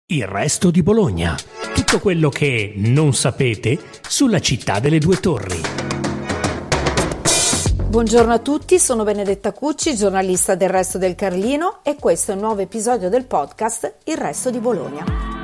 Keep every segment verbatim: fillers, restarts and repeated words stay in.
Il resto di Bologna. Tutto quello che non sapete sulla città delle due torri. Buongiorno a tutti, sono Benedetta Cucci, giornalista del Resto del Carlino, e questo è un nuovo episodio del podcast Il resto di Bologna.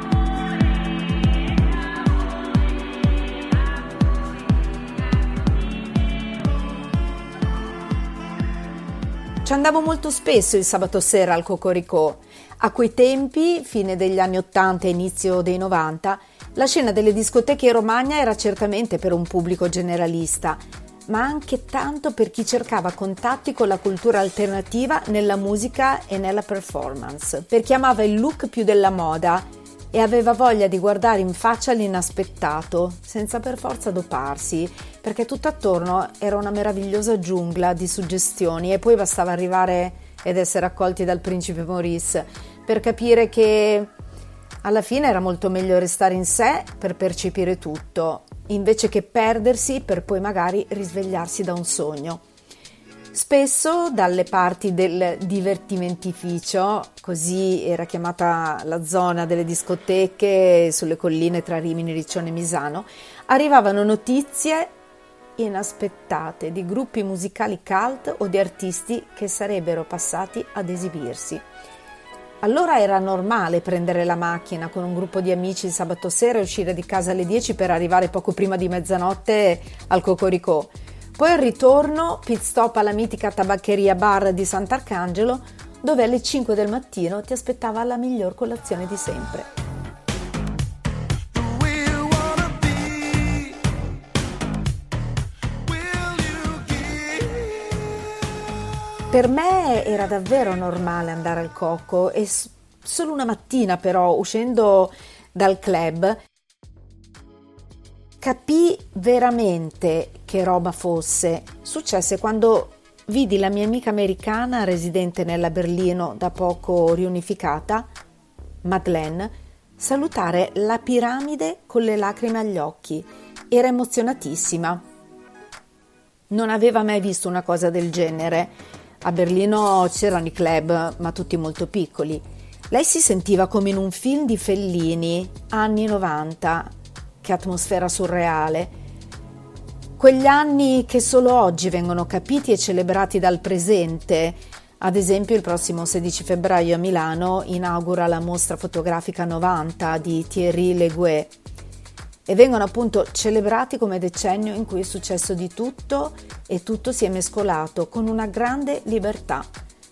Ci andavo molto spesso il sabato sera al Cocoricò. A quei tempi, fine degli anni ottanta e inizio dei novanta, la scena delle discoteche in Romagna era certamente per un pubblico generalista, ma anche tanto per chi cercava contatti con la cultura alternativa nella musica e nella performance, per chi amava il look più della moda e aveva voglia di guardare in faccia l'inaspettato, senza per forza doparsi, perché tutto attorno era una meravigliosa giungla di suggestioni e poi bastava arrivare ed essere accolti dal principe Maurice per capire che alla fine era molto meglio restare in sé per percepire tutto, invece che perdersi per poi magari risvegliarsi da un sogno. Spesso dalle parti del divertimentificio, così era chiamata la zona delle discoteche sulle colline tra Rimini, Riccione e Misano, arrivavano notizie inaspettate di gruppi musicali cult o di artisti che sarebbero passati ad esibirsi. Allora era normale prendere la macchina con un gruppo di amici il sabato sera e uscire di casa alle dieci per arrivare poco prima di mezzanotte al Cocoricò. Poi al ritorno, pit stop alla mitica tabaccheria bar di Sant'Arcangelo, dove alle cinque del mattino ti aspettava la miglior colazione di sempre. Per me era davvero normale andare al Coco e solo una mattina però, uscendo dal club, capii veramente che roba fosse. Successe quando vidi la mia amica americana residente nella Berlino da poco riunificata, Madeleine, salutare la piramide con le lacrime agli occhi. Era emozionatissima. Non aveva mai visto una cosa del genere. A Berlino c'erano i club, ma tutti molto piccoli. Lei si sentiva come in un film di Fellini, anni novanta. Che atmosfera surreale. Quegli anni che solo oggi vengono capiti e celebrati dal presente. Ad esempio il prossimo sedici febbraio a Milano inaugura la mostra fotografica novanta di Thierry Leguet. E vengono appunto celebrati come decennio in cui è successo di tutto e tutto si è mescolato con una grande libertà.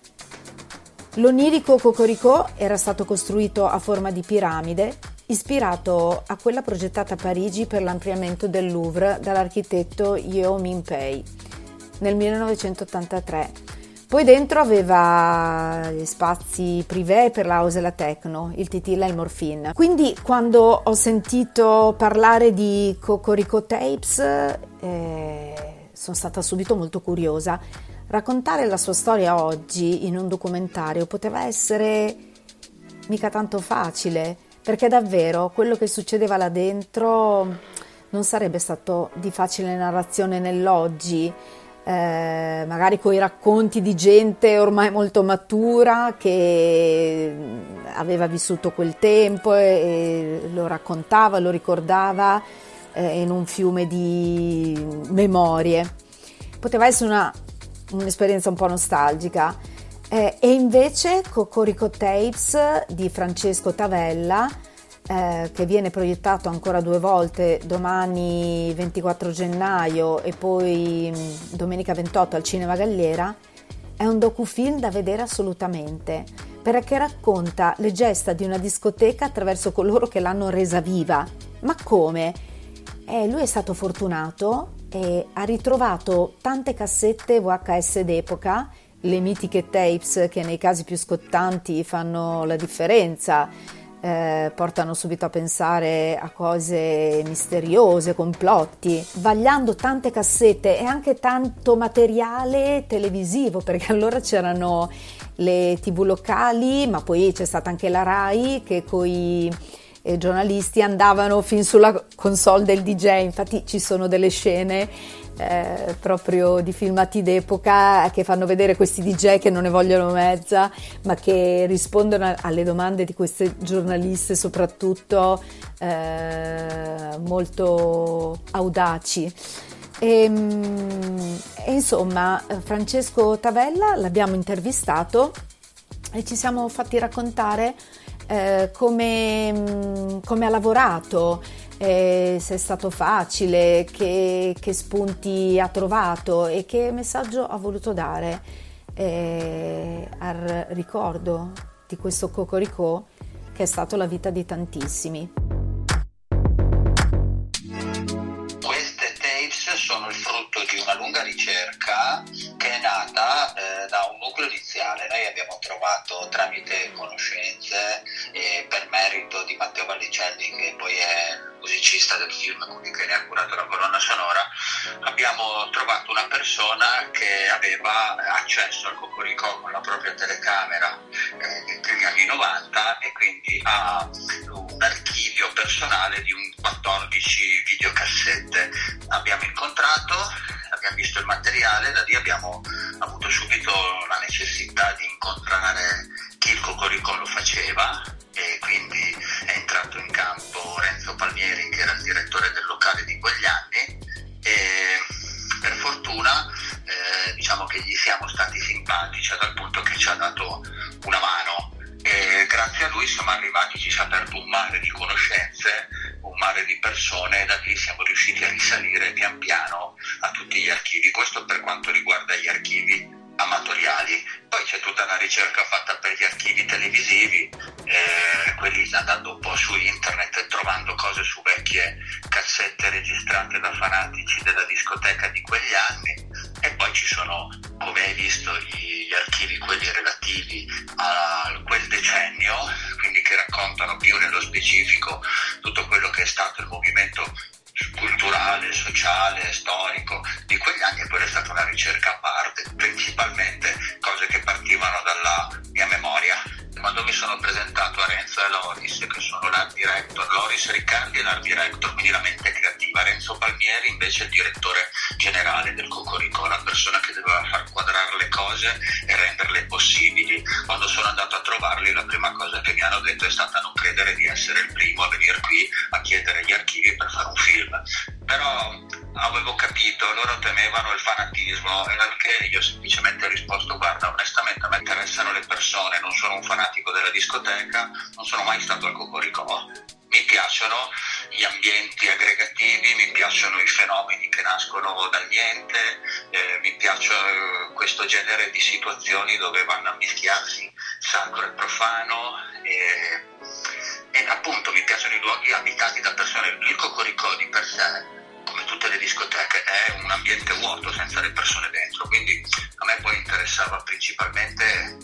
L'onirico Cocoricò era stato costruito a forma di piramide, ispirato a quella progettata a Parigi per l'ampliamento del Louvre dall'architetto Yeo Min Pei nel millenovecentottantatré. Poi dentro aveva gli spazi privé per la house e la techno, il titilla e il morphine. Quindi quando ho sentito parlare di Cocoricò Tapes eh, sono stata subito molto curiosa. Raccontare la sua storia oggi in un documentario poteva essere mica tanto facile, perché davvero quello che succedeva là dentro non sarebbe stato di facile narrazione nell'oggi. Eh, magari con i racconti di gente ormai molto matura che aveva vissuto quel tempo e, e lo raccontava, lo ricordava eh, in un fiume di memorie. Poteva essere una, un'esperienza un po' nostalgica eh, e invece Cocoricò Tapes di Francesco Tavella, Eh, che viene proiettato ancora due volte, domani ventiquattro gennaio e poi mh, domenica ventotto al Cinema Galliera, è un docufilm da vedere assolutamente, perché racconta le gesta di una discoteca attraverso coloro che l'hanno resa viva. Ma come? Eh, lui è stato fortunato e ha ritrovato tante cassette V H S d'epoca, le mitiche tapes che nei casi più scottanti fanno la differenza. Eh, portano subito a pensare a cose misteriose, complotti, vagliando tante cassette e anche tanto materiale televisivo, perché allora c'erano le tivù locali, ma poi c'è stata anche la Rai che coi eh, giornalisti andavano fin sulla console del D J. Infatti ci sono delle scene eh, proprio di filmati d'epoca che fanno vedere questi D J che non ne vogliono mezza, ma che rispondono alle domande di queste giornaliste soprattutto eh, molto audaci. E, e insomma, Francesco Tavella l'abbiamo intervistato e ci siamo fatti raccontare eh, come, come ha lavorato, eh, se è stato facile, che, che spunti ha trovato e che messaggio ha voluto dare eh, al ricordo di questo Cocoricò che è stato la vita di tantissimi. Sono il frutto di una lunga ricerca che è nata eh, da un nucleo iniziale. Noi abbiamo trovato tramite conoscenze e per merito di Matteo Vallicelli, che poi è il musicista del film, quindi che ne ha curato la colonna sonora, abbiamo trovato una persona che aveva accesso al Cocoricò con la propria telecamera eh, negli anni novanta e quindi ha un archivio personale di un quattordici videocassette. Abbiamo incontrato, abbiamo visto il materiale, da lì abbiamo avuto subito la necessità di incontrare chi il Cocoricò lo faceva e quindi è entrato in campo Renzo Palmieri, che era il direttore del locale di quegli anni, e per fortuna eh, diciamo che gli siamo stati simpatici dal punto che ci ha dato una mano e grazie a lui siamo arrivati, ci si è aperto un mare di conoscenze, un mare di persone, e da lì siamo riusciti a risalire pian piano a tutti gli archivi. Questo per quanto riguarda gli archivi amatoriali. Poi c'è tutta una ricerca fatta per gli archivi televisivi, eh, quelli andando un po' su internet e trovando cose su vecchie cassette registrate da fanatici della discoteca di quegli anni, e poi ci sono, come hai visto, gli, gli archivi quelli relativi a quel decennio, quindi che raccontano più nello specifico tutto quello che è stato il movimento culturale, sociale, storico di quegli anni, e poi è stata una ricerca a parte, principalmente cose che partivano dalla mia memoria. Quando mi sono presentato a Renzo e Loris, che sono l'art director, Loris Riccardi è l'art director, quindi la mente creativa, Renzo Palmieri invece è il direttore generale del Cocoricò, la persona che doveva far quadrare le cose e renderle possibili. Quando sono andato a trovarli, la prima cosa che mi hanno detto è stata non credere di essere il primo a venire qui a chiedere gli archivi per fare un film. Però avevo capito, loro temevano il fanatismo, e anche io semplicemente ho risposto: guarda, onestamente a me interessano le persone, non sono un fanatico della discoteca, non sono mai stato al Cocoricò, mi piacciono gli ambienti aggregativi, mi piacciono i fenomeni che nascono dal niente, eh, mi piace eh, questo genere di situazioni dove vanno a mischiarsi sacro e profano, e, e appunto mi piacciono i luoghi abitati da persone. Il Cocoricò di per sé, come tutte le discoteche, è un ambiente vuoto senza le persone dentro, quindi a me poi interessava principalmente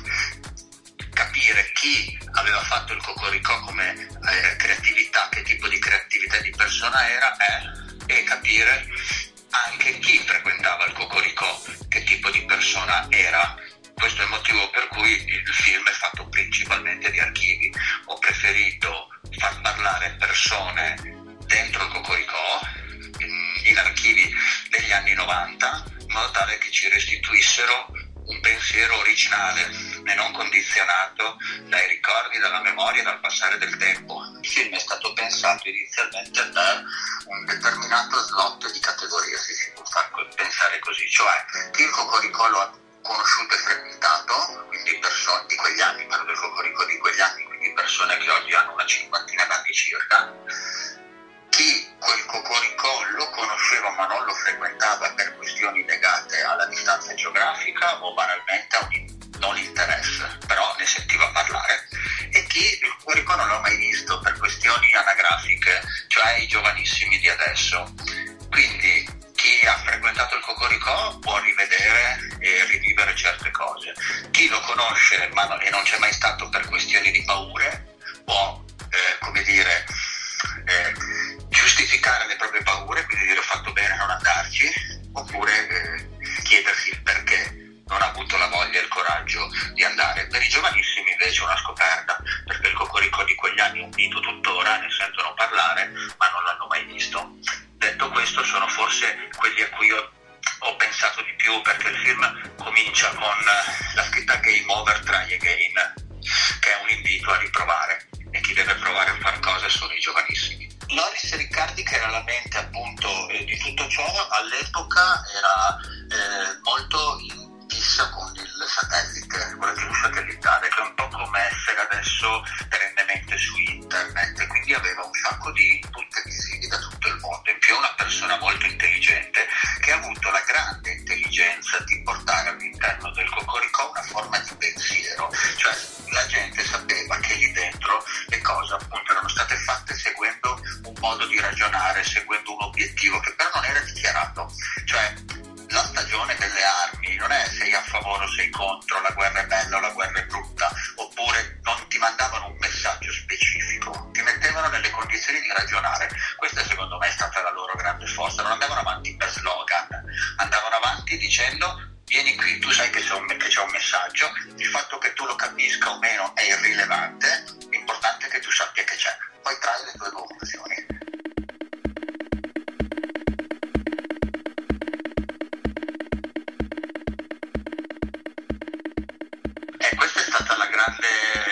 capire chi aveva fatto il Cocoricò come eh, creatività, che tipo di creatività di persona era, eh, e capire anche chi frequentava il Cocoricò, che tipo di persona era. Questo è il motivo per cui il film è fatto principalmente di archivi. Ho preferito far parlare persone dentro il Cocoricò, in, in archivi degli anni novanta, in modo tale che ci restituissero un pensiero originale e non condizionato dai ricordi, dalla memoria, dal passare del tempo. Il film è stato pensato inizialmente per un determinato slot di categoria, se si può far pensare così, cioè chi il Cocoricò lo ha conosciuto e frequentato, quindi persone di quegli anni, parlo del Cocoricò di quegli anni, quindi persone che oggi hanno una cinquantina d'anni circa. Chi quel Cocoricò lo conosceva ma non lo frequentava per questioni legate alla distanza geografica o banalmente a un non interesse, però ne sentiva parlare, e chi il Cocoricò non l'ha mai visto per questioni anagrafiche, cioè i giovanissimi di adesso. Quindi chi ha frequentato il Cocoricò può rivedere e rivivere certe cose. Chi lo conosce ma no, e non c'è mai stato per questioni di paure può, eh, come dire, eh, giustificare le proprie paure, quindi dire ho fatto bene a non andarci, oppure eh, chiedersi il perché non ha avuto la voglia e il coraggio di andare. Per i giovanissimi invece è una scoperta, perché il Cocoricò di quegli anni è un mito tuttora, ne sentono parlare ma non l'hanno mai visto. Detto questo sono forse quelli a cui ho, ho pensato di più, perché il film comincia con la scritta Game Over, Try Again, che è un invito a riprovare, e chi deve provare a fare cose sono i giovanissimi. Loris Riccardi, che era la mente appunto eh, di tutto ciò, all'epoca era eh, molto in fissa con il satellite, con la tivù satellitare, che è un po' come essere adesso perennemente su internet, e quindi aveva un sacco di input visivi da tutto il mondo. In più è una persona molto intelligente che ha avuto la grande intelligenza di portare all'interno del Cocorico una forma di pensiero, cioè la gente sapeva che lì dentro le cose appunto erano state fatte seguendo un modo di ragionare, seguendo un obiettivo che però non era dichiarato. Cioè la stagione delle armi non è sei a favore o sei contro, la guerra è bella o la guerra è brutta, oppure non ti mandavano un messaggio specifico, ti mettevano nelle condizioni di ragionare. Questa secondo me è stata la loro grande forza, non andavano avanti per slogan, andavano avanti dicendo vieni qui, tu sai che c'è, un, che c'è un messaggio, il fatto che tu lo capisca o meno è irrilevante, l'importante è che tu sappia che c'è, poi trai le tue conclusioni. E questa è stata la grande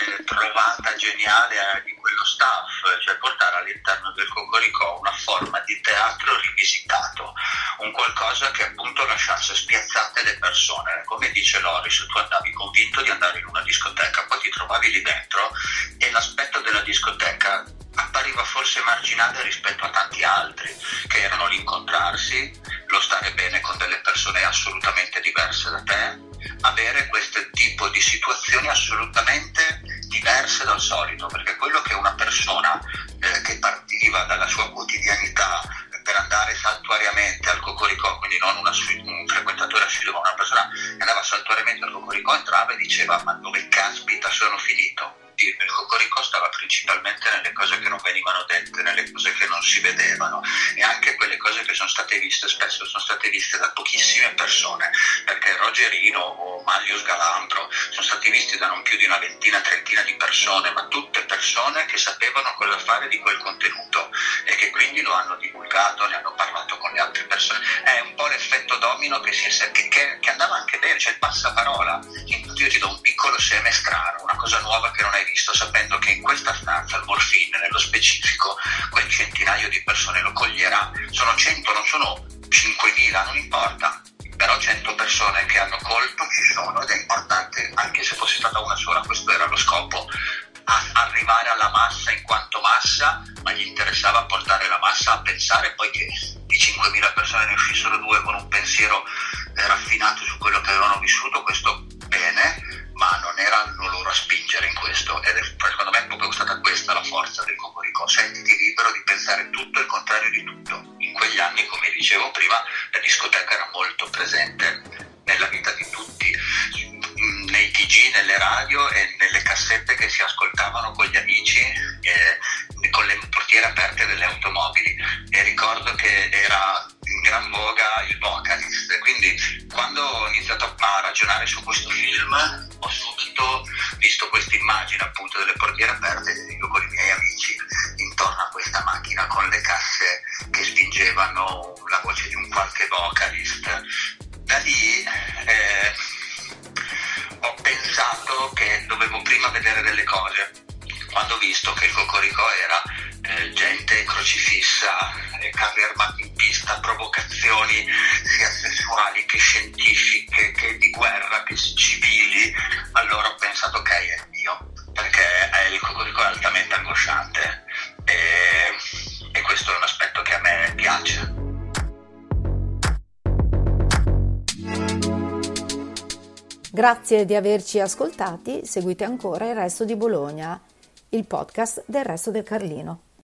trovata geniale di quello staff, cioè portare all'interno del Cocorico una forma di teatro rivisitato, un qualcosa che appunto lasciasse spiazzate le persone. Come dice Loris, tu andavi convinto di andare in una discoteca, poi ti trovavi lì dentro e l'aspetto della discoteca appariva forse marginale rispetto a tanti altri, che erano l'incontrarsi, lo stare bene con delle persone assolutamente diverse da te, avere questo tipo di situazioni assolutamente diverse dal solito, perché quello che una persona eh, che partiva dalla sua quotidianità per andare saltuariamente al Cocorico, quindi non una, un frequentatore assiduo, ma una persona che andava saltuariamente al Cocorico, entrava e diceva ma dove caspita sono finito? Il Cocorico stava principalmente nelle cose che non venivano dette, nelle cose che non si vedevano, e anche quelle cose che sono state viste spesso sono state viste da pochissime persone, perché Rogerino o Maglio Sgalambro sono stati visti da non più di una ventina, trentina di persone, ma tutte persone che sapevano cosa fare di quel contenuto e che quindi lo hanno divulgato, ne hanno parlato con le altre persone. È un po' l'effetto domino che, si è, che, che, che andava anche bene, cioè il passaparola. Io ti do un piccolo seme strano, una cosa nuova che non hai visto, sapendo che in questa stanza il morfine, nello specifico, quel centinaio di persone lo coglierà. Sono cento, non sono cinquemila, non importa, però cento persone che hanno colto ci sono, ed è importante, anche se fosse stata una sola, questo era lo scopo, a arrivare alla massa in quanto massa, ma gli interessava portare la massa a pensare, poi che di cinquemila persone ne uscissero due con un pensiero eh, raffinato su quello che avevano vissuto, questo bene, ma non erano loro a spingere in questo, ed è secondo me è proprio stata questa la forza del Cocorico. Sentiti libero di pensare tutto e il contrario di tutto. In quegli anni, come dicevo prima, la discoteca era molto presente nella vita di tutti, nei T G, nelle radio e nelle cassette che si ascoltavano con gli amici, eh, con le portiere aperte delle automobili, e ricordo che era in gran voga il vocalist, quindi quando ho iniziato a ragionare su questo film ho subito visto questa immagine appunto delle portiere aperte, io con i miei amici intorno a questa macchina con le casse che spingevano la voce di un qualche vocalist. Da lì eh, ho pensato che dovevo prima vedere delle cose. Quando ho visto che il Cocorico era eh, gente crocifissa, eh, carri armati in pista, provocazioni sia sessuali che scientifiche, che di guerra, che civili, allora ho pensato ok, è mio, perché è il Cocorico è altamente angosciante, e, e questo è un aspetto che a me piace. Grazie di averci ascoltati, seguite ancora Il Resto di Bologna, il podcast del Resto del Carlino.